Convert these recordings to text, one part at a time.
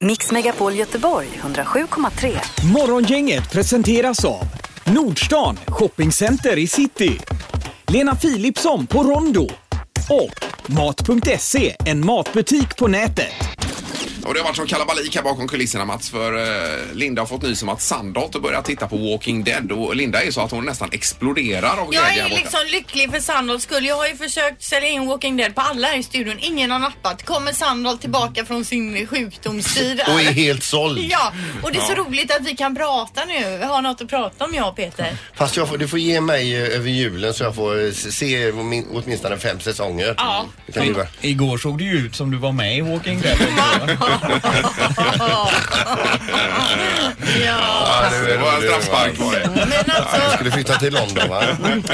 Mix Megapol Göteborg 107,3. Morgongänget presenteras av Nordstan Shoppingcenter i City, Lena Philipsson på Rondo och Mat.se, en matbutik på nätet. Och det har varit som kalabalik här bakom kulisserna, Mats, för Linda har fått nys om att Sandholt börjar titta på Walking Dead, och Linda är så att hon nästan exploderar av glädje. Jag är liksom lycklig för Sandholts skull. Jag har ju försökt sälja in Walking Dead på alla här i studion. Ingen har nappat. Kommer Sandholt tillbaka från sin sjukdomstid och är helt såld. Ja, och det är så roligt att vi kan prata nu. Vi har något att prata om, jag och Peter. Fast du får ge mig över julen så jag får se åtminstone 5 säsonger. Ja. Igår såg det ju ut som du var med i Walking Dead. Ja, det var en straffspark på det. Men alltså... Jag skulle flytta till London, va?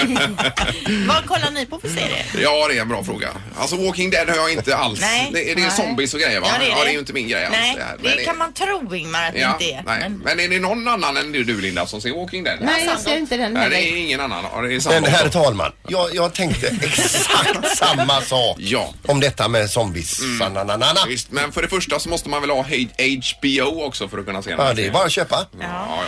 Vad kollar ni på för serie? Ja, det är en bra fråga. Alltså Walking Dead har jag inte alls. Nej. Det är zombies och grejer, va? Ja, det är ju inte min grej alls. Nej, det kan man tro, Ingmar, att det inte är. Nej. Men är det någon annan än du, Linda, som ser Walking Dead? Nej, jag ser inte den Nej, heller. det är ingen annan. Ja, det är Men herr talman, jag tänkte exakt samma sak om detta med zombies. Visst, men för det första så måste man väl ha HBO också för att kunna se den. Ja, det är bara att köpa. Ja.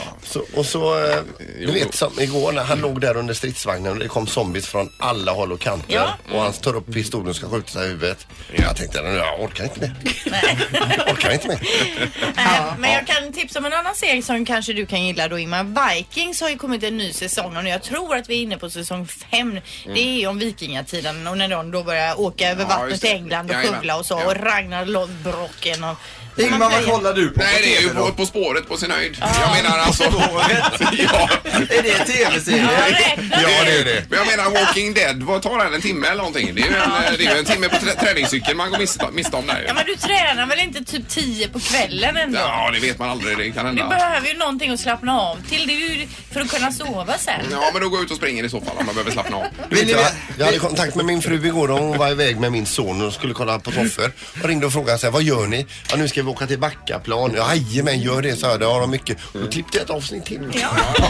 Du vet som igår när han låg där under stridsvagnen och det kom zombies från alla håll och kanter. Ja. Och han tar upp pistolen och ska skjuta sig i huvudet. Jag tänkte, jag orkar inte mer. Orkar inte mer. Men jag kan tipsa om en annan serie som kanske du kan gilla då, Ingmar. Vikings har ju kommit en ny säsong och jag tror att vi är inne på säsong 5. Det är om vikingatiden och när de då börjar åka över vattnet till England och skövla och så. Och Ragnar Lodbrocken och... Ingmar, vad kollar du på? Nej, det är ju på spåret på sin höjd. Jag menar alltså... ja. Är det en tv-serie? Ja, det är det. Men jag menar Walking Dead, vad tar den, en timme eller någonting? Det är ju en timme på träningscykeln man går miste om där. Ja, men du tränar väl inte typ 10 på kvällen ändå? Ja, det vet man aldrig, det kan hända. Du behöver ju någonting att slappna av till. Det är ju för att kunna sova sen. Ja, men då går jag ut och springer i så fall om man behöver slappna av. Jag hade kontakt med min fru igår och hon var iväg med min son och skulle kolla på soffor. Och ringde och frågade så här, vad gör ni? Ja, nu ska vi åka till Backaplan. Ja, men gör det, så här, det har de mycket. Och då klippte jag ett avsnitt till. Ja.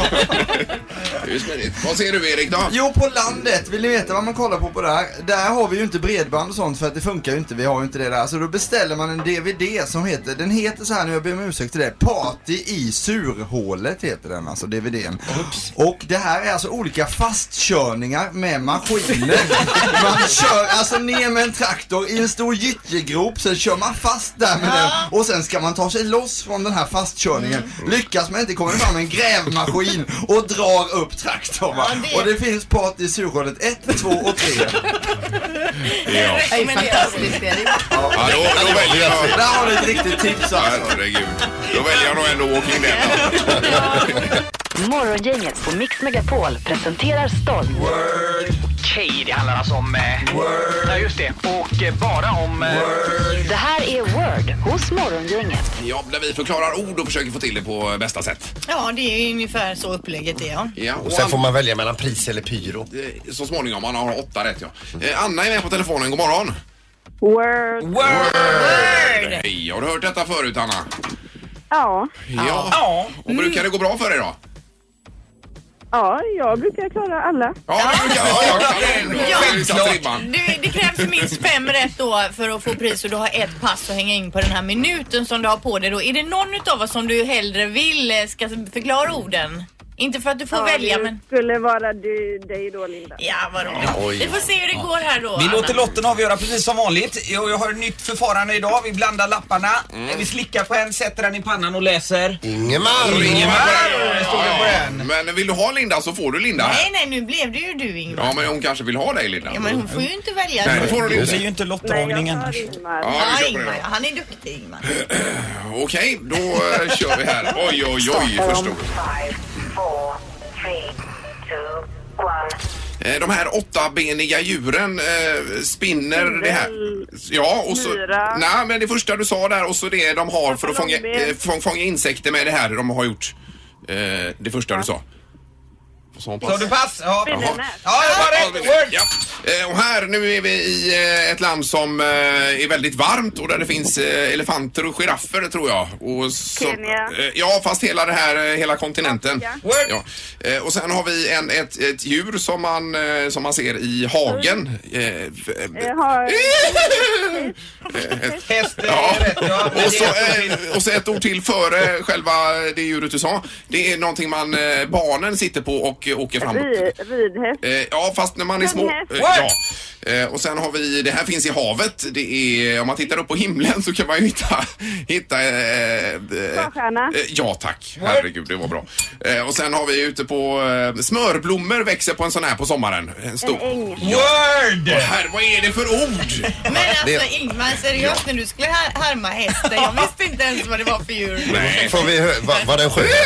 Just det. Vad ser du, Erik, då? Jo, på landet. Vill ni veta vad man kollar på där? Där har vi ju inte bredband och sånt för att det funkar ju inte. Vi har ju inte det där. Så då beställer man en DVD som heter så här, nu jag ber om ursäkt till det. Party i surhålet heter den, alltså DVDn. Oops. Och det här är alltså olika fastkörningar med maskiner. Man kör alltså ner med en traktor i en stor gyttjegrop, sen kör man fast där med den. Och sen ska man ta sig loss från den här fastkörningen. Lyckas man inte kommer fram en grävmaskin och drar upp traktorn, va? Och det finns Party i surhålet 1, 2 och 3. Det är fantastiskt, Erik. Ja, då väljer jag. Där har du ett riktigt tips, alltså. Herregud. Då väljer jag nog ändå Walking Dead. Morgongänget på Mix Megapol presenterar stolt. Okej, det handlar alltså om... Ja, just det. Och bara om... Det här är Word hos Morgongänget. Ja, där vi förklarar ord och försöker få till det på bästa sätt. Ja, det är ju ungefär så upplägget är, Ja, Och sen får man välja mellan pris eller pyro. Så småningom, man har 8 rätt, ja. Anna är med på telefonen, god morgon. Word! Hej, har du hört detta förut, Anna? Ja. Ja. Och brukar det gå bra för dig då? Ja, jag brukar klara alla. Det krävs minst 5 rätt då för att få pris och du har ett pass att hänga in på den här minuten som du har på dig då. Är det någon utav oss som du hellre vill ska förklara orden? Inte för att du får välja, men... skulle vara dig då, Linda. Ja, vadå? Vi får se hur det går här då. Vi låter lotten avgöra precis som vanligt. Jag har ett nytt förfarande idag. Vi blandar lapparna. Vi slickar på en, sätter den i pannan och läser. Ingemar! Men vill du ha Linda så får du Linda här. Nej, nu blev det ju du, Ingmar. Ja, men hon kanske vill ha dig, Linda. Ja, men hon får ju inte välja. Nej, det får hon Det inte. är ju inte lottdragningen. Ja, Ingmar. Han är duktig, Ingmar. Okej, då kör vi här. Oj, förstår. De här 8-beniga djuren spinner det här. Ja, och så... Nej, men det första du sa där och så det de har för att fånga insekter med det här de har gjort. Det första du sa. Så du pass? Ja, Jaha. ja det var rätt. Word. Ja. Och här, nu är vi i ett land som är väldigt varmt och där det finns elefanter och giraffer tror jag. Och så, Kenya. ja, fast hela kontinenten. Afrika. Ja. Och sen har vi ett djur som man ser i hagen. Häst Ja. är rätt. Ja, men Och så ett ord till före själva det djuret du sa. Det är någonting barnen sitter på och åker framåt. Ridhäst. Ja, fast när man är små. Ja. Och sen har vi, det här finns i havet. Det är, om man tittar upp på himlen så kan man ju hitta Stjärna. ja tack, herregud det var bra. Och sen har vi ute på smörblommor växer på en sån här på sommaren. En stor. En äng. Word! Här, vad är det för ord? Men alltså Ingmar, seriöst när du skulle härma hästen, jag visste inte ens vad det var för djur. Nej. Får vi var det en sjöhäst?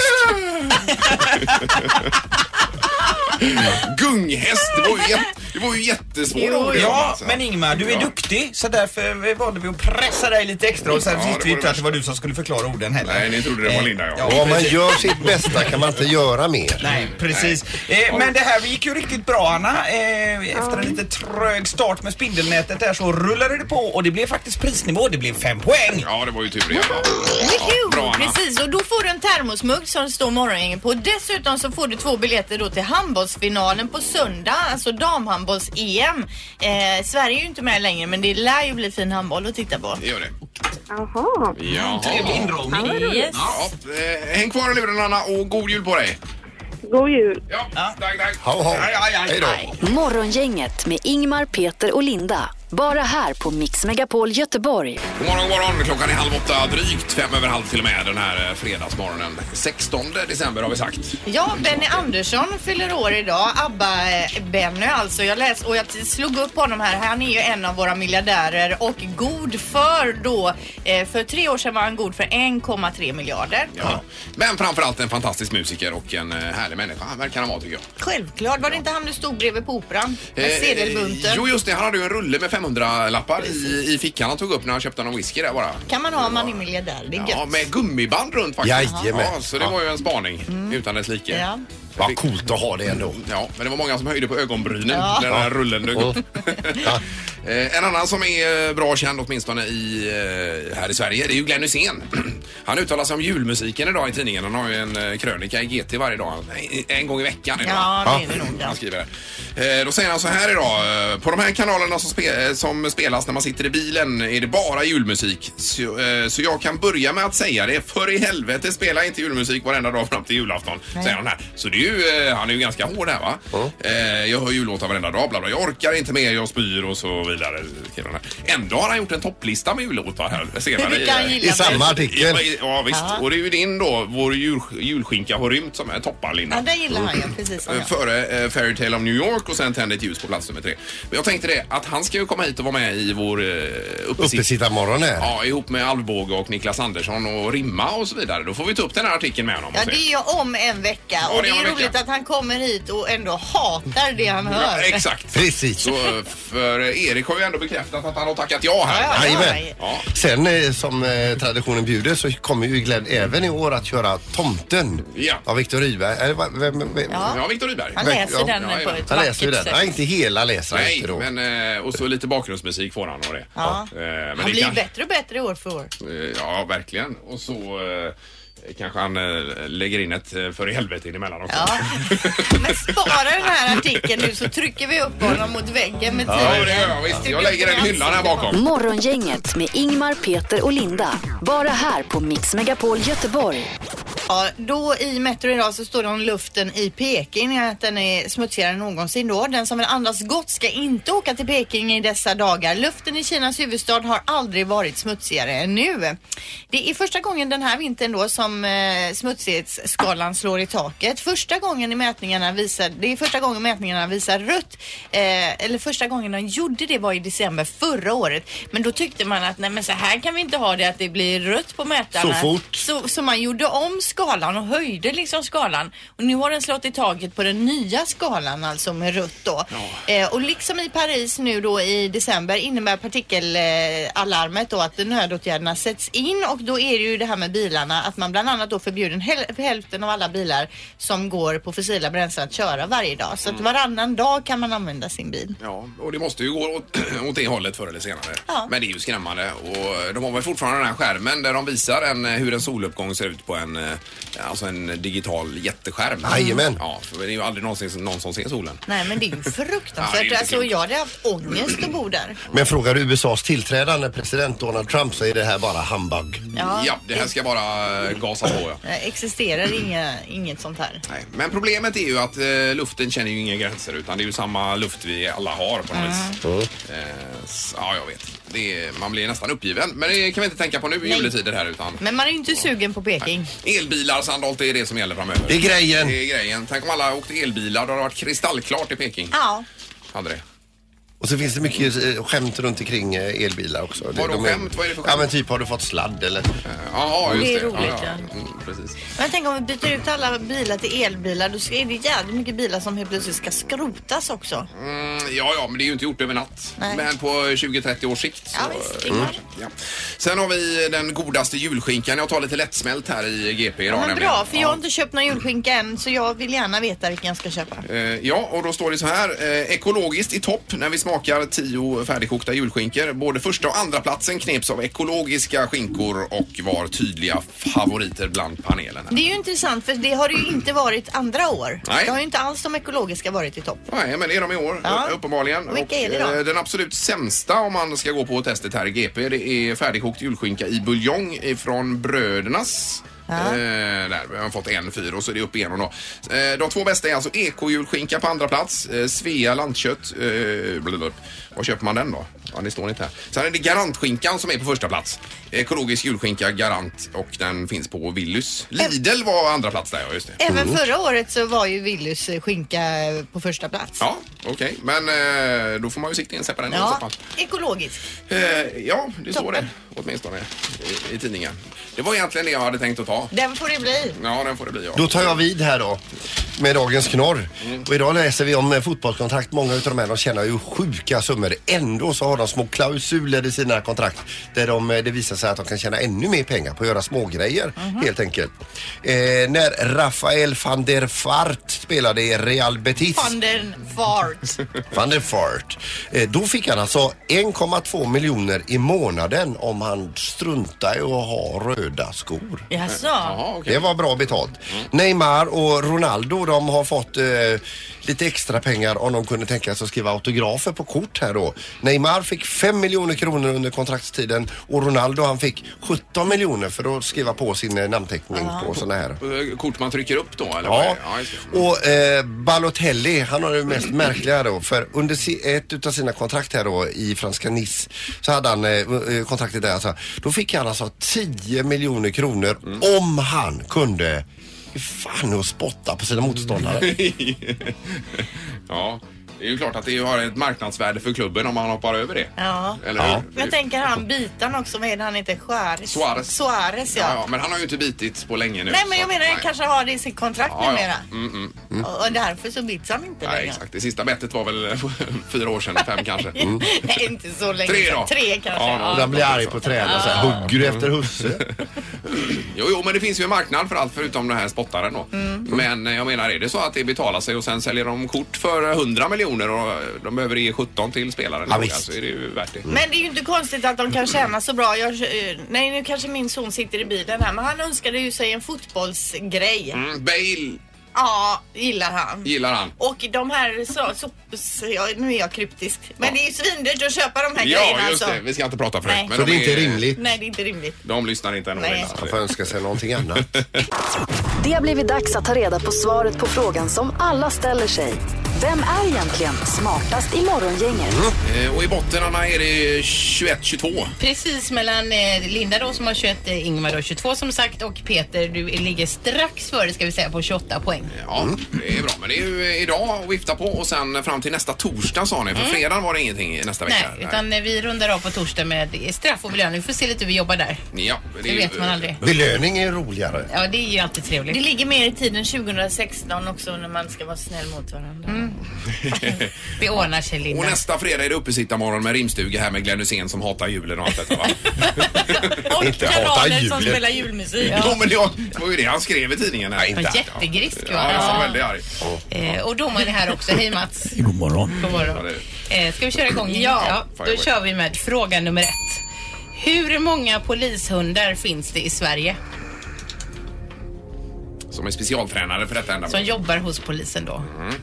Gunghäst, det var ju jättesvårt. Ja, men Ingmar, du är duktig så därför valde vi att pressa dig lite extra och sen visste vi inte att det var du som skulle förklara orden heller. Nej, ni trodde det var Linda, ja. Och om man gör sitt bästa kan man inte göra mer. Nej, precis. Men det här gick ju riktigt bra, Anna. Efter en lite trög start med spindelnätet där så rullade det på och det blev faktiskt prisnivå. Det blev 5 poäng. Ja, det var ju tur det. Bra, precis, och då får du en termosmugg som det står morgongängen på. Dessutom så får du 2 biljetter då till handbollsfinalen på söndag, alltså damhandbolls-EM. Sverige är ju inte med längre, men det lär ju bli fin handboll att titta på. Det gör det. Jaha. Jaha. Trevlig inramning. Yes. Ja, häng kvar i luren Anna och god jul på dig. God jul. Ja, tack. Hej då. Morgongänget med Ingmar, Peter och Linda. Bara här på Mix Megapol Göteborg. God morgon. Klockan är 7:30, drygt 5:30 till och med den här fredagsmorgonen. 16 december har vi sagt. Ja, Benny Andersson fyller år idag. ABBA-Benny alltså. Jag slog upp honom här. Han är ju en av våra miljardärer och god för då. För 3 år sedan var han god för 1,3 miljarder. Ja. Men framförallt en fantastisk musiker och en härlig människa. Han verkar han vara tycker jag. Självklart. Var det inte han du stod bredvid på operan? Med sedelbunten. Jo just det, han hade ju en rulle med 500-lappar i fickan han tog upp när han köpte någon whisky där bara. Kan man ha om man är miljardär, det är Ja, gött. med gummiband runt faktiskt. Jajamän. Ja, så det var ju en spaning utan dess like. Ja. Vad coolt att ha det ändå. Ja, men det var många som höjde på ögonbrynen när den här rullen dök upp. En annan som är bra känd åtminstone här i Sverige, det är ju Glenn Hysén. Han uttalar sig om julmusiken idag i tidningen. Han har ju en krönika i GT varje dag. En gång i veckan idag. Ja, det är det nog. Han skriver det. Då säger han så här idag. På de här kanalerna som spelas när man sitter i bilen är det bara julmusik. Så jag kan börja med att säga det. För i helvete spela inte julmusik varenda dag fram till julafton. Säger han här. Så det är ju, han är ju ganska hård här va? Jag hör jullåtar varenda dag. Bla bla. Jag orkar inte mer, jag spyr och så vidare. Ändå har han gjort en topplista med jullåtar här senare i samma artikel. Ja visst. Och det är ju din då, vår julskinka har rymt som är toppar, Linda. Ja, det gillar han ju, precis som jag. Före Fairy Tale of New York och sen Tänd ett ljus på plats nummer 3. Men jag tänkte det, att han ska ju komma hit och vara med i vår Uppesittarmorgon här. Ja, ihop med Alvbåge och Niklas Andersson och rimma och så vidare. Då får vi ta upp den här artikeln med honom. Ja, det är ju om en vecka. Ja, och det om är en roligt vecka. att han kommer hit och ändå hatar det han hör. Ja, exakt. Precis. Så för Erik har ju ändå bekräftat att han har tackat ja här. Jajamän. Ja. Sen som traditionen bjuder så kommer ju Glenn även i år att köra Tomten av Viktor Rydberg. Ja, Viktor Rydberg. Han läser den på ett Han läser ju vackert den. sätt. Nej, inte hela läser han inte då. Men och så lite bakgrundsmusik får han och det. Ja. Men Han blir bättre och bättre år för år. Ja, verkligen. Och så kanske han lägger in ett för i helvete in emellan också. Ja. Men spara den här artikeln nu så trycker vi upp honom mot väggen med Ja, tiden. det gör jag visst. Jag lägger en hyllan här bakom. Morgongänget med Ingmar, Peter och Linda. Bara här på Mix Megapol Göteborg. Ja, då i Metro idag så står det om luften i Peking att den är smutsigare än någonsin då. Den som vill andas gott ska inte åka till Peking i dessa dagar. Luften i Kinas huvudstad har aldrig varit smutsigare än nu. Det är första gången den här vintern då som smutsighetsskalan slår i taket. Det är första gången mätningarna visar rött. Eller första gången de gjorde det var i december förra året. Men då tyckte man att nej men så här kan vi inte ha det att det blir rött på mätarna. Så fort. Så man gjorde om skalan och höjde liksom skalan. Och nu har den slått i taget på den nya skalan, alltså med rött då. Ja. Och liksom i Paris nu då i december innebär partikelarmet då att nödåtgärderna sätts in, och då är det ju det här med bilarna att man bland annat då förbjuder hälften av alla bilar som går på fossila bränslen att köra varje dag. Så att varannan dag kan man använda sin bil. Ja, och det måste ju gå åt det hållet förr eller senare. Ja. Men det är ju skrämmande. Och de har väl fortfarande den här skärmen där de visar hur en soluppgång ser ut på en digital jätteskärm. Jajamän. Ja, för det är ju aldrig någon som ser solen. Nej, men det är ju fruktansvärt. Ja, alltså, jag hade haft ångest att bo där. Men frågar du USAs tillträdande president Donald Trump så är det här bara humbug. Ja, det här ska bara gasa på. Ja. Det existerar inget sånt här. Nej, men problemet är ju att luften känner ju inga gränser, utan det är ju samma luft vi alla har på något vis. Ja, jag vet. Man blir nästan uppgiven. Men det kan vi inte tänka på nu i juletider här utan... Men man är ju inte sugen på Peking. Nej. Elbilar, Sandholt, det är det som gäller framöver. Det är grejen. Det är grejen. Tänk om alla åkte elbilar, då hade det varit kristallklart i Peking. Ja. Hade det. Och så finns det mycket skämt runt omkring elbilar också. Vadå skämt? Vad är det för skämt? Ja, men typ har du fått sladd eller... Ja, just det. Det är roligt, ja. Precis. Men tänk om vi byter ut alla bilar till elbilar, då är det jävligt mycket bilar som helt plötsligt ska skrotas också. Ja, men det är ju inte gjort över natt. Nej. Men på 20-30 års sikt. Så, ja, visst, ja. Sen har vi den godaste julskinkan. Jag tar lite lättsmält här i GP idag. Ja, men bra, för jag har inte köpt någon julskinka än, så jag vill gärna veta vilken jag ska köpa. Ja, och då står det så här. Ekologiskt i topp när vi smakar 10 färdigkokta julskinkor. Både första och andra platsen kneps av ekologiska skinkor och var tydliga favoriter bland panelen. Det är ju intressant, för det har det ju inte varit andra år. Nej. Det har ju inte alls de ekologiska varit i topp. Nej, men det är de i år, uppenbarligen. Och vilka är det då? Den absolut sämsta, om man ska gå på testet här i GP, det är färdigkokt julskinka i buljong från Brödernas. Där vi har fått 1-4 och så är det upp igenom då. De 2 bästa är alltså ekojulskinka på andra plats, Svea Landkött. Vad köper man den då? Ja, det står inte här. Sen är det Garantskinkan som är på första plats. Ekologisk julskinka Garant, och den finns på Willys. Lidl var andra plats där, ja, just det. Även förra året så var ju Willys skinka på första plats. Ja, okej. Men då får man ju sikta in sig på den. Ja, ekologisk. Ja, det står det åtminstone i tidningen. Det var egentligen det jag hade tänkt att ta. Den får det bli. Ja, den får det bli, ja. Då tar jag vid här då med dagens knorr. Och idag läser vi om fotbollskontrakt. Många utav de här, de tjänar ju sjuka summor. Ändå så har de små klausuler i sina kontrakt där det visar sig att de kan tjäna ännu mer pengar på att göra smågrejer, helt enkelt. När Rafael van der Vaart spelade i Real Betis. Van der Vaart. Då fick han alltså 1,2 miljoner i månaden om han struntade i att ha röda skor. Jaså? Jaha, okej. Det var bra betalt. Neymar och Ronaldo, de har fått lite extra pengar om de kunde tänka sig att skriva autografer på kort här då. Neymar fick 5 miljoner kronor under kontraktstiden och Ronaldo, han fick 17 miljoner för att skriva på sin namnteckning på såna här. Kort man trycker upp då, eller? Ja, ja, och Balotelli, han har det mest märkliga då, för under ett utav sina kontrakt här då i franska Nice så hade han kontraktet där, alltså, då fick han alltså 10 miljoner kronor om han kunde fan och spotta på sina motståndare. Ja, det är ju klart att det har ett marknadsvärde för klubben om man hoppar över det. Ja. Eller hur? Jag tänker han bitan också, vad är det han heter? Suarez, ja. Ja, men han har ju inte bitit på länge nu. Nej, men jag menar, han kanske har det i sitt kontrakt numera. Ja. Och därför så bits han inte längre. Nej, exakt. Det sista bettet var väl 4 år sedan, 5 kanske. Nej, inte så länge. 3 då. 3 kanske. Ja, den blir arg på träden så här, hugger du efter husse? Jo, men det finns ju en marknad för allt förutom den här spottaren då. Men jag menar, är det så att det betalar sig och sen säljer de kort för 100 miljoner och de behöver ge 17 till spelaren, så är det ju värt det. Men det är ju inte konstigt att de kan tjäna så bra. Nej, nu kanske min son sitter i bilen här, men han önskade ju sig en fotbollsgrej. Bale. Ja, gillar han. Och de här nu är jag kryptisk. Men det är ju svindyrt att köpa de här grejerna. Ja, just det. Vi ska inte prata för det. Men så det är inte rimligt. Nej, det är inte rimligt. De lyssnar inte ännu. Man får önska sig någonting annat. Det har blivit dags att ta reda på svaret på frågan som alla ställer sig. Vem är egentligen smartast i morgongänget? Och i botten, Anna, är det 21-22. Precis mellan Linda då som har 21, Ingmar då 22 som sagt, och Peter, du ligger strax före ska vi säga på 28 poäng. Ja, det är bra. Men det är ju idag att vifta på och sen fram till nästa torsdag sa ni. För fredag var det ingenting nästa vecka. Nej, utan vi rundar av på torsdag med straff och belöning. Vi får se lite hur vi jobbar där. Ja, det vet man aldrig. Belöning är roligare. Ja, det är ju alltid trevligt. Det ligger mer i tiden 2016 också när man ska vara snäll mot varandra. Det ordnar sig, Linda. Och nästa fredag är det uppesittarmorgon med rimstuga här med Glenn Hysén som hatar julen och allt detta, va? Och Inte hata kanaler julen. som spelar julmusik. Jo, men det var ju det han skrev i tidningen här. Var jättegrisk, va? Ja, jag var väldigt arg. Och domaren här också. Hej Mats. God morgon. God morgon. Ska vi köra igång? Ja, då kör vi med fråga nummer 1. Hur många polishundar finns det i Sverige? Som är specialtränare för detta ändamål. Som jobbar hos polisen då.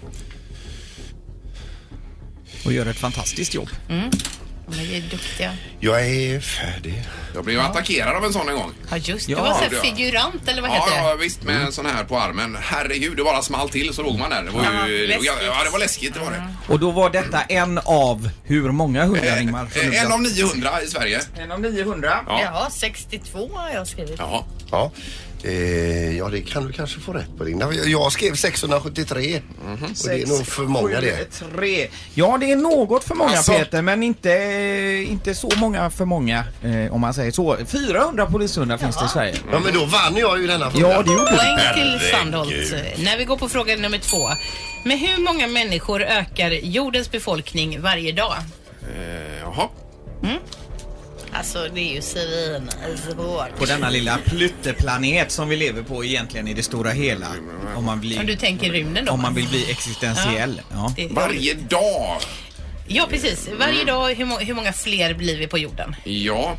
Och gör ett fantastiskt jobb. De är duktiga. Jag är färdig. Jag blev ju attackerad av en sån en gång. Ja, just det. Ja, Det var så det här var. figurant eller vad heter det? Ja, visst, med en sån här på armen. Herregud, det bara small till så låg man där. Det var ju, läskigt. ja, det var läskigt, det var det. Och då var detta en av hur många hundar, Ingmar? En av 900 i Sverige. En av 900. Ja. Ja, 62 har jag skrivit. Jaha. Ja. Ja, det kan du kanske få rätt på, Linda. Jag skrev 673. Och det är nog för många det. 3. Ja, det är något för många, Alltså. Peter, men inte så många för många, om man säger så. 400 polishundar finns det i Sverige. Ja, men då vann jag ju denna fråga. Ja, det gjorde du. Poäng till Sandholt. När vi går på fråga nummer 2. Med hur många människor ökar jordens befolkning varje dag? Jaha. Alltså det är ju svårt. På denna lilla plutteplanet som vi lever på egentligen i det stora hela. Om du tänker rymden då? Om man vill bli existentiell. Ja. Varje dag. Ja, precis. Varje dag, hur många fler blir vi på jorden? Ja.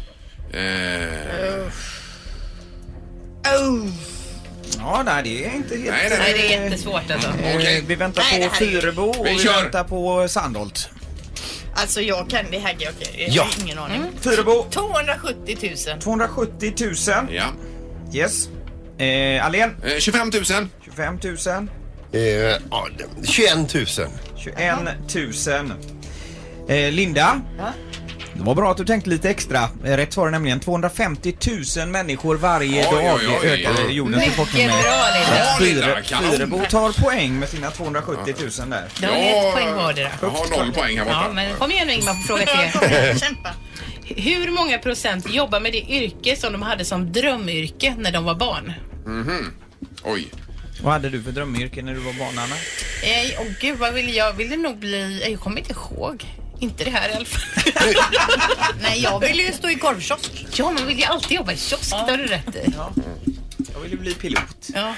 Ja, nej, det är inte helt... Nej, Nej, det är jättesvårt alltså. Okej. Vi väntar Nej, det på här är- Fyrebo och Vi vi kör. väntar på Sandholt. Alltså jag kan det här, jag Ja. har ingen aning. Fyrebo, 270 000. 270 000. Ja. Yes. Alén, 25 000. 25 000. Ja, 21 000. 21 000. Linda. Det var bra att du tänkte lite extra. Rätt svar är nämligen 250 000 människor varje Oj, dag oj, oj. ökade jordens befolkning Mycket med. bra, Linda. Ja, Linda, kanon. Fyrebo tar poäng med sina 270 000 där. Då har ni ett poäng vardera. Jag har 0 poäng här borta. Ja, men kom igen nu Ingmar på fråga 3. Kämpa. Hur många procent jobbar med det yrke som de hade som drömyrke när de var barn? Oj. Vad hade du för drömyrke när du var barn, Anna? Gud, vad ville jag? Ville nog bli... Jag kommer inte ihåg. Inte det här i alla fall. Nej, jag vill ju stå i korvkiosk. Ja, man vill ju alltid jobba i kiosk. Det har du rätt i. Jag ville bli pilot. Ja.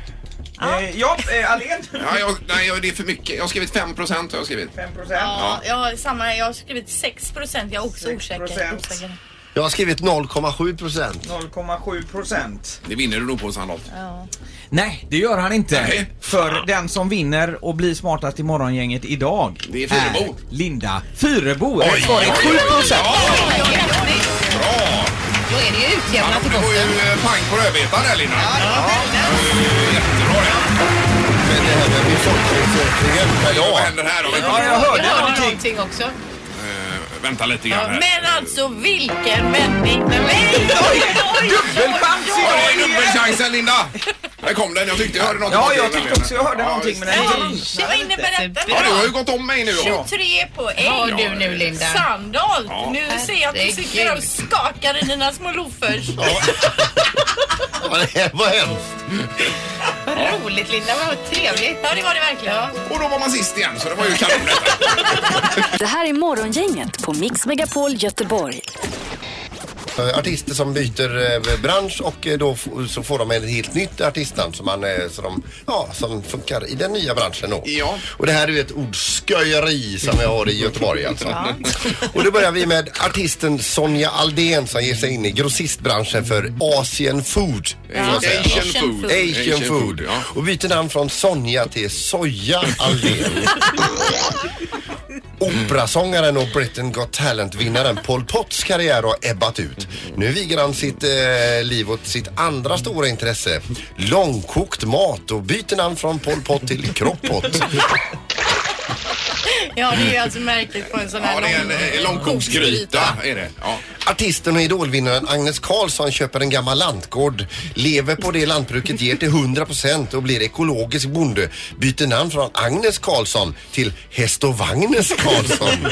Alén. Nej, det är för mycket. Jag har skrivit 5% har jag skrivit. 5%. Ja, jag har skrivit 6%. Jag är också 6%. osäker. Jag har skrivit 0,7%. 0,7%. Det vinner du nog på, Sandholt. Nej, det gör han inte. Nej. För den som vinner och blir smartast i morgongänget idag Det är Fyrebo. Linda Fyrebo. Rätt svar är 7%. Bra! Då är det ju utjämnat i Du får ju botten. pang på rödbetan där, Linda. Jättebra det. Men det här med befolkningsökningen per Vad dag. händer här då? Ja, jag hörde Jag hörde någonting. någonting också. Vänta lite grann här. Men alltså vilken vändning. Dubbelchans Ja, det är idag. dubbelchansen, Linda! Där kom den. Jag tyckte jag hörde något. Ja, jag tyckte också jag hörde någonting, men Vad innebär detta? Ja, du har ju gått om mig nu då. 23 poäng. Har du nu, Linda? Sandholt, Ja. nu ser jag att du sitter Herregud. och skakar i dina små loffers. Ja, det här var hemskt. Vad roligt, Linda. Vad trevligt. Ja, det var det verkligen. Och då var man sist igen, så det var ju kanon detta. Det här är morgongänget på Mix Megapol Göteborg. Artister som byter bransch och då så får de ett helt nytt artistnamn som funkar i den nya branschen då. Ja. Och det här är ju ett ordsköjeri som vi har i Göteborg alltså. Och då börjar vi med artisten Sonja Aldén som ger sig in i grossistbranschen för Asian Food. Asian Food. Ja. Och byter namn från Sonja till Soja Aldén. Operasångaren och Britain Got Talent-vinnaren Pol Pots karriär har ebbat ut. Nu viger han sitt liv åt sitt andra stora intresse, långkokt mat, och byter namn från Pol Pot till Kroppot. Ja, det är ju alltså märket på en sån här Ja, det är en långkoksgryta är det. Ja. Artisten och idolvinnaren Agnes Karlsson köper en gammal lantgård, lever på det lantbruket ger till 100% och blir ekologisk bonde. Byter namn från Agnes Karlsson till Häst och Vagnes Karlsson.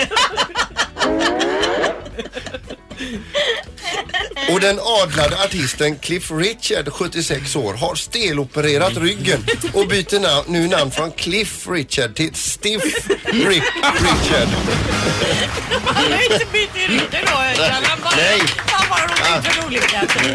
Och den adlade artisten Cliff Richard, 76 år, har stelopererat ryggen och byter nu namn från Cliff Richard till Stiff Richard. Han har inte bytt i ryggen då. Nej. Han var lite roligt.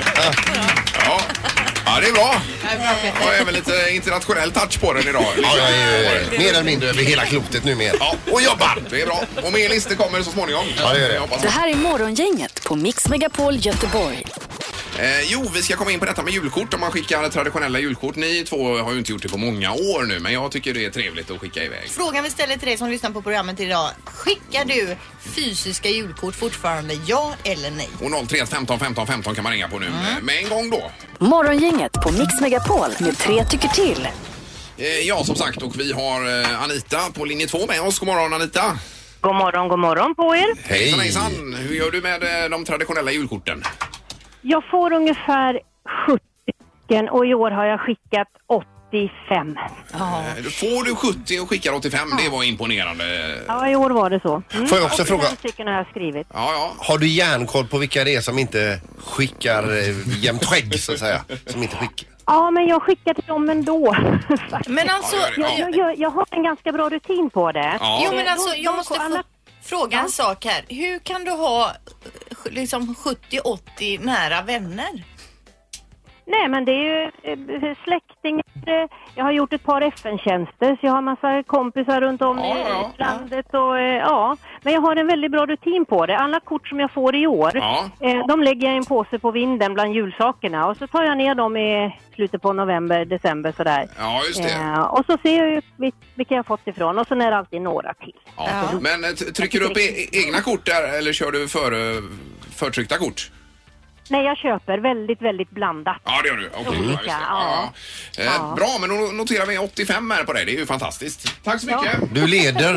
Ja, det är bra. Och även lite internationell touch på den idag. Ja, jag är mer eller mindre över hela klotet nu med. Ja, och jobbar. Det är bra. Och mer listor kommer så småningom. Ja, det gör det. Det här är Morgongänget på Mix Megapol Göteborg. Vi ska komma in på detta med julkort om man skickar traditionella julkort. Ni två har ju inte gjort det på många år nu, men jag tycker det är trevligt att skicka iväg. Frågan vi ställer till dig som lyssnar på programmet idag. Skickar du fysiska julkort fortfarande, ja eller nej? Och 03 15 15 15 kan man ringa på nu med en gång då. Morgongänget på Mix Megapol med 3 tycker till. Ja, som sagt, och vi har Anita på linje 2 med oss. God morgon, Anita. God morgon på er. Hej. Hejsan. Hur gör du med de traditionella julkorten? Jag får ungefär 70 stycken och i år har jag skickat 85. Får du 70 och skickar 85? Det var imponerande. Ja, i år var det så. Får jag också fråga? 85 stycken har jag skrivit. Ja. Har du järnkoll på vilka det är som inte skickar jämnt skägg så att säga? Som inte skickar? Ja, men jag skickar till dem ändå. Men alltså... Jag har en ganska bra rutin på det. Ja. Jo, men alltså, jag måste fråga en sak här. Hur kan du ha liksom 70-80 nära vänner? Nej, men det är ju släktingar. Jag har gjort ett par FN-tjänster så jag har massa kompisar runt om i landet. Och, men jag har en väldigt bra rutin på det. Alla kort som jag får i år, de lägger jag i en påse på vinden bland julsakerna. Och så tar jag ner dem i slutet på november, december sådär. Ja, just det. Och så ser jag ju vilka jag har fått ifrån. Och så är det alltid några till. Ja. Men trycker du upp egna kort där eller kör du förtryckta kort? Nej, jag köper väldigt, väldigt blandat. Ja, det gör du. Okej. Bra, men då noterar vi 85 här på dig. Det är ju fantastiskt. Tack så mycket. Du leder.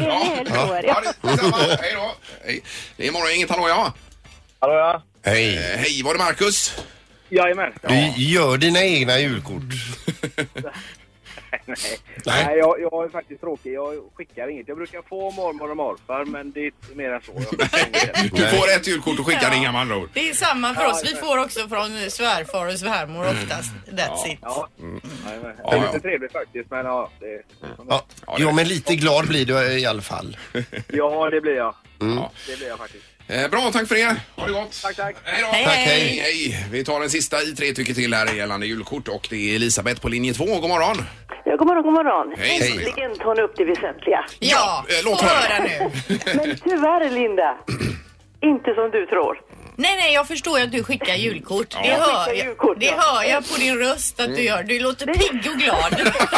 Hej då. Hej. Det är morgon, inget hallå Hallå ja. Hej. Hej, var det Marcus? Jajamän. Du gör dina egna julkort. Nej, jag är faktiskt tråkig. Jag skickar inget. Jag brukar få mormor och morfar, men det är inte mer än så. Du får ett julkort och skickar inga man då. Det är samma för oss. Vi får också från svärfar och svärmor oftast. That's it. Det är lite trevligt faktiskt, men men lite glad blir du i alla fall. Ja, det blir jag. Det blir jag faktiskt. Bra, tack för det. Ha det gott. Tack. Hej då. Hej. Vi tar den sista i 3 tycker till här gällande julkort och det är Elisabeth på linje 2. God morgon. Ja, god morgon. Hej. Äntligen tar ni upp det väsentliga. Ja, låt höra nu. Men tyvärr, Linda, inte som du tror. Nej, jag förstår ju att du skickar julkort. Ja. Det hör jag på din röst att du gör. Du låter pigg och glad.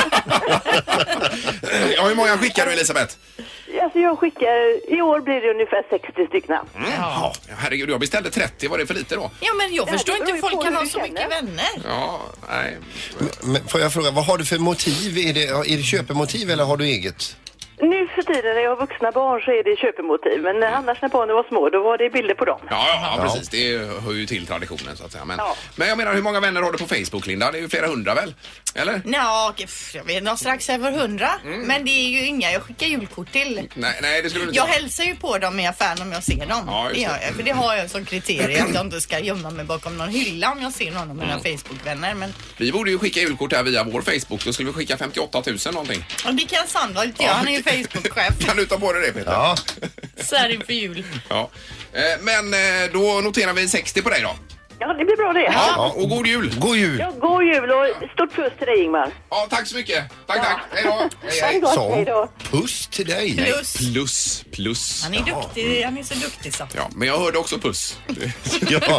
Hur många skickar du, Elisabeth? Alltså jag skickar, i år blir det ungefär 60 stycken. Ja. Herregud, jag beställde 30. Var det för lite då? Ja, men jag förstår inte hur folk kan ha så mycket vänner. Ja, nej. Men får jag fråga, vad har du för motiv? Är det köpemotiv eller har du eget? Nu för tiden när jag har vuxna barn så är det köpemotiv. Men annars när barnen var små då var det bilder på dem. Ja, precis. Det hör ju till traditionen så att säga. Men jag menar, hur många vänner har du på Facebook, Linda? Det är ju flera hundra väl? Eller? Ja, jag vet inte, strax över 100. Men det är ju inga jag skickar julkort till. Nej, det skulle du inte. Jag hälsar ju på dem i affären om jag ser dem. Ja, det gör jag, för det har jag som kriterie att jag inte ska gömma mig bakom någon hylla om jag ser någon av mina Facebook-vänner. Men... Vi borde ju skicka julkort här via vår Facebook. Då skulle vi skicka 58 000 någonting. Och det kan Sandra inte göra, han är ju Facebook-chef. Kan du ta på dig det, Peter? Ja. Så här inför jul. Ja. Men då noterar vi 60 på dig då. Ja, det blir bra det. Ja, och god jul. God jul. Ja, god jul och stort puss till dig, Ingmar. Ja, tack så mycket. Tack. Hej då. Hej. Hej då. Puss till dig. Plus. Han är duktig, han är så duktig så. Ja, men jag hörde också puss. Ja.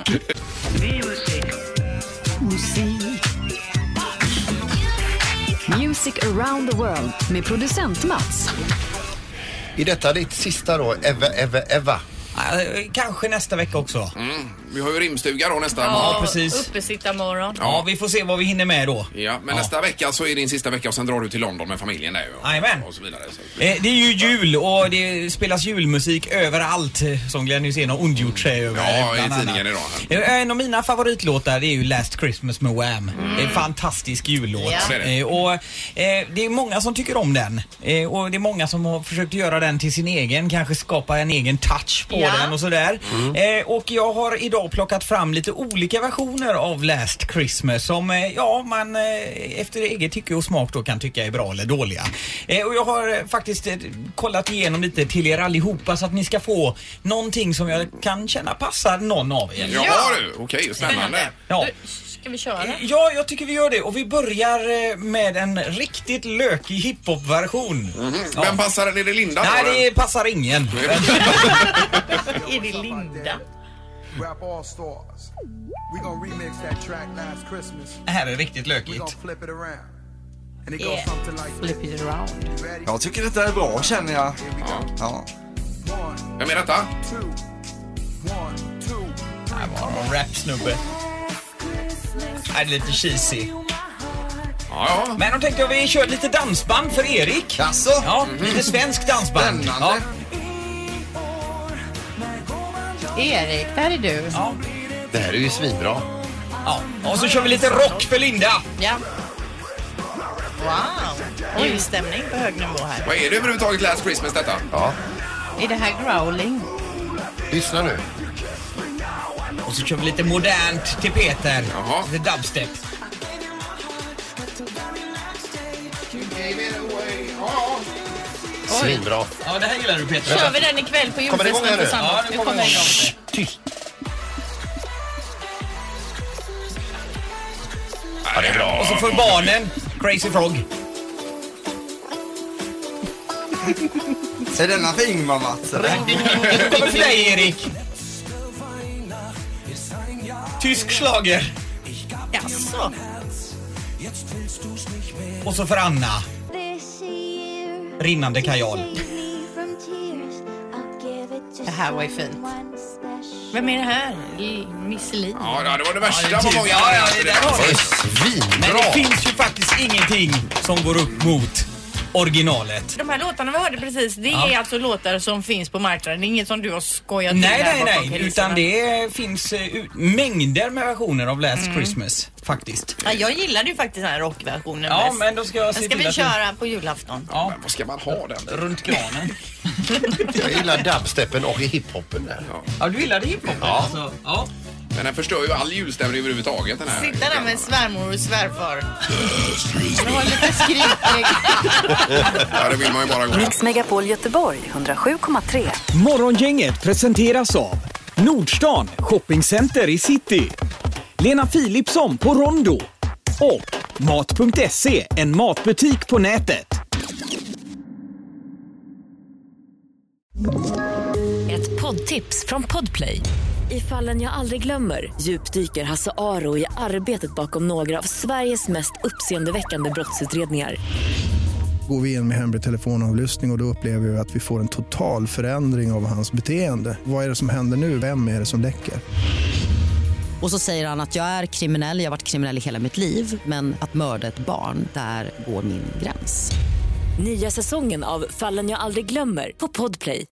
Music around the world med producent Mats. I detta ditt sista då, Eva. Kanske nästa vecka också. Vi har ju rimstuga då nästa morgon. Ja, precis. Uppesittarmorgon. Ja, vi får se vad vi hinner med då. Ja, men nästa vecka så är din sista vecka och sen drar du till London med familjen där ju. Jajamän. Och så vidare. Så. Det är ju jul och det spelas julmusik överallt som Glenn Hysén har ondgjort sig över. Ja, i tidningen idag. En av mina favoritlåtar är ju Last Christmas med Wham. Det är en fantastisk jullåt. Ja. Och det är många som tycker om den. Och det är många som har försökt göra den till sin egen, kanske skapa en egen touch på den och sådär. Och jag har idag plockat fram lite olika versioner av Last Christmas som man efter eget tycke och smak då kan tycka är bra eller dåliga. Och jag har faktiskt kollat igenom lite till er allihopa så att ni ska få någonting som jag kan känna passar någon av er. Ja du, okej, spännande. Ja. Ska vi köra? Ja, jag tycker vi gör det. Och vi börjar med en riktigt lökig hiphop-version. Vem passar den? Är det Linda? Nej, det passar ingen. Är det Linda? Rap all stars. We gonna remix that track Last Christmas. Det här är riktigt We lökigt. gonna flip it around. And it goes something like Flip it around. Jag tycker detta är bra, känner jag. Ja. Vem är detta? Det här var en rap-snubbe. Det är lite cheesy. Ja. Men då tänkte jag vi kör lite dansband för Erik. Jaså? Ja, lite svensk dansband. Spännande. Erik, där är du. Ja. Det här är ju svinbra. Ja. Och så kör vi lite rock för Linda. Ja. Wow. Julstämning på hög nivå här. Vad är det överhuvudtaget Last Christmas detta? Ja. Är det här growling? Lyssna nu. Och så kör vi lite modernt till Peter. Jaha. Lite dubstep. Svinbra. Ja, det här gillar du Peter. Kör vi den ikväll på Kommer det igång här julfesten nu? på Ja, söndag? nu kommer igång. Tyst. Ja, det är bra. Och så för barnen, Crazy Frog. Är denna för Ingmar, Mats? Eller? Nu kommer för dig Erik. Tysk schlager. Jaså? Och så för Anna. Rinnande kajal. Det här var ju fint. Vem är det här? Miss Li? Ja, det var det värsta på många. Ja, det där har vi. Svinbra. Men det finns ju faktiskt ingenting som går upp mot originalet. De här låtarna vi hörde precis, det är alltså låtar som finns på marknaden. Det är inget som du har skojat till här bakom Nej, kulisserna. utan det finns mängder med versioner av Last Christmas, faktiskt. Ja, jag gillade ju faktiskt den här rockversionen Ja, bäst. men då ska jag se Den till ska vi att köra på julafton. Ja, Men vad ska man ha den? runt granen. Jag gillar dubsteppen och hiphopen där. Ja, du gillade hiphop alltså? Ja. Men den förstör ju all julstämning överhuvudtaget den här. Sitta där med svärmor och svärfar. Det var lite skrikig. Ja, det vill man ju bara gå. Mix Megapol Göteborg 107,3. Morgongänget presenteras av Nordstan Shoppingcenter i city, Lena Philipsson på Rondo och Mat.se, en matbutik på nätet. Ett poddtips från Podplay. I Fallen jag aldrig glömmer djupdyker Hasse Aro i arbetet bakom några av Sveriges mest uppseendeväckande brottsutredningar. Går vi in med hemlig telefonavlyssning och då upplever vi att vi får en total förändring av hans beteende. Vad är det som händer nu? Vem är det som läcker? Och så säger han att jag är kriminell, jag har varit kriminell i hela mitt liv. Men att mörda ett barn, där går min gräns. Nya säsongen av Fallen jag aldrig glömmer på Podplay.